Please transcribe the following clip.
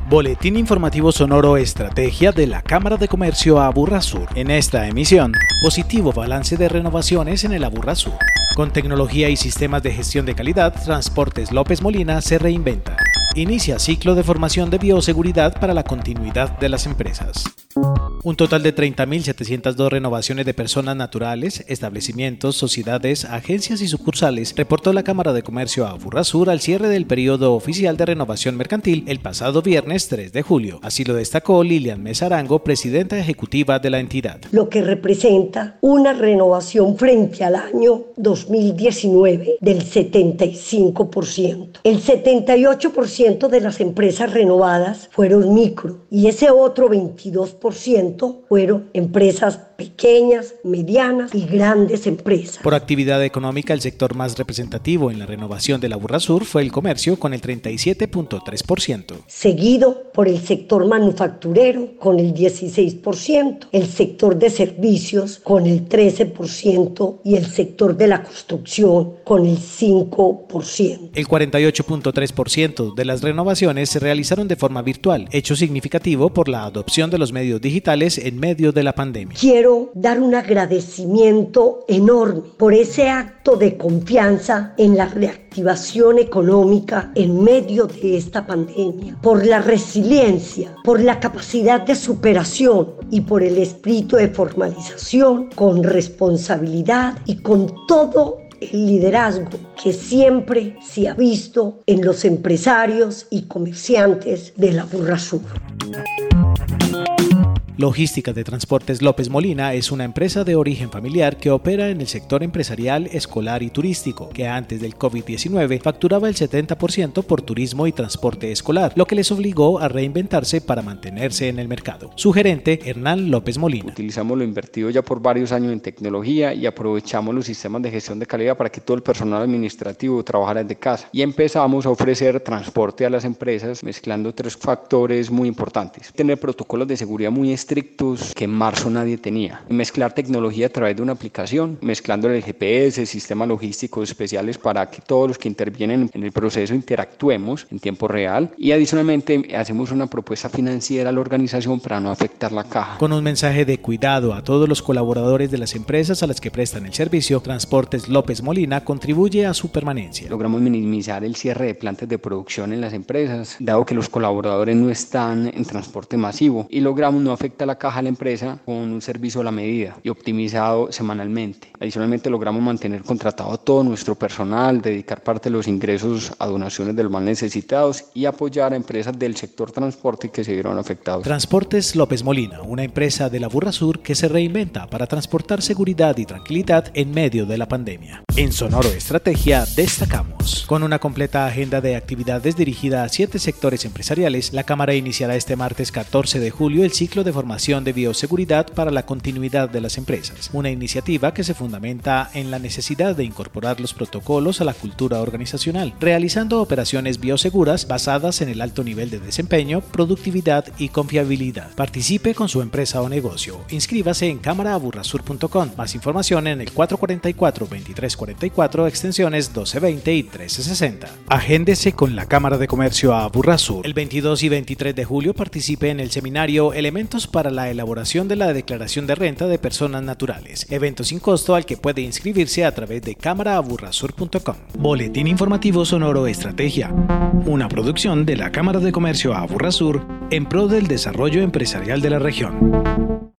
Boletín informativo sonoro Estrategia de la Cámara de Comercio Aburrasur. En esta emisión, positivo balance de renovaciones en el Aburrasur. Con tecnología y sistemas de gestión de calidad, Transportes López Molina se reinventa. Inicia ciclo de formación de bioseguridad para la continuidad de las empresas. Un total de 30.702 renovaciones de personas naturales, establecimientos, sociedades, agencias y sucursales reportó la Cámara de Comercio Aburrasur al cierre del periodo oficial de renovación mercantil el pasado viernes 3 de julio. Así lo destacó Lilian Mesa Arango, presidenta ejecutiva de la entidad. Lo que representa una renovación frente al año 2019 del 75%. El 78% de las empresas renovadas fueron micro y ese otro 22% fueron empresas pequeñas, medianas y grandes empresas. Por actividad económica, el sector más representativo en la renovación del Aburrasur fue el comercio con el 37.3%. Seguido por el sector manufacturero con el 16%, el sector de servicios con el 13% y el sector de la construcción con el 5%. El 48.3% de las renovaciones se realizaron de forma virtual, hecho significativo por la adopción de los medios digitales en medio de la pandemia. Quiero dar un agradecimiento enorme por ese acto de confianza en la reactivación económica en medio de esta pandemia, por la resiliencia, por la capacidad de superación y por el espíritu de formalización con responsabilidad y con todo el liderazgo que siempre se ha visto en los empresarios y comerciantes de la Aburrasur. Logística de Transportes López Molina es una empresa de origen familiar que opera en el sector empresarial, escolar y turístico, que antes del COVID-19 facturaba el 70% por turismo y transporte escolar, lo que les obligó a reinventarse para mantenerse en el mercado. Su gerente, Hernán López Molina. Utilizamos lo invertido ya por varios años en tecnología y aprovechamos los sistemas de gestión de calidad para que todo el personal administrativo trabajara desde casa. Y empezamos a ofrecer transporte a las empresas mezclando tres factores muy importantes. Tener protocolos de seguridad muy estrictos que en marzo nadie tenía. Mezclar tecnología a través de una aplicación, mezclando el GPS, sistemas logísticos especiales para que todos los que intervienen en el proceso interactuemos en tiempo real y adicionalmente hacemos una propuesta financiera a la organización para no afectar la caja. Con un mensaje de cuidado a todos los colaboradores de las empresas a las que prestan el servicio, Transportes López Molina contribuye a su permanencia. Logramos minimizar el cierre de plantas de producción en las empresas, dado que los colaboradores no están en transporte masivo y logramos no afectar la caja de la empresa con un servicio a la medida y optimizado semanalmente. Adicionalmente logramos mantener contratado a todo nuestro personal, dedicar parte de los ingresos a donaciones de los más necesitados y apoyar a empresas del sector transporte que se vieron afectados. Transportes López Molina, una empresa de la Aburrasur que se reinventa para transportar seguridad y tranquilidad en medio de la pandemia. En Sonoro Estrategia destacamos. Con una completa agenda de actividades dirigida a 7 sectores empresariales, la Cámara iniciará este martes 14 de julio el ciclo de formación de bioseguridad para la continuidad de las empresas, una iniciativa que se fundamenta en la necesidad de incorporar los protocolos a la cultura organizacional, realizando operaciones bioseguras basadas en el alto nivel de desempeño, productividad y confiabilidad. Participe con su empresa o negocio. Inscríbase en cámaraaburrasur.com. Más información en el 444-2344, extensiones 1220 y 1360. Agéndese con la Cámara de Comercio Aburrasur. El 22 y 23 de julio participe en el seminario Elementos para la elaboración de la declaración de renta de personas naturales, evento sin costo al que puede inscribirse a través de cámaraaburrasur.com. Boletín informativo sonoro Estrategia, una producción de la Cámara de Comercio Aburrasur en pro del desarrollo empresarial de la región.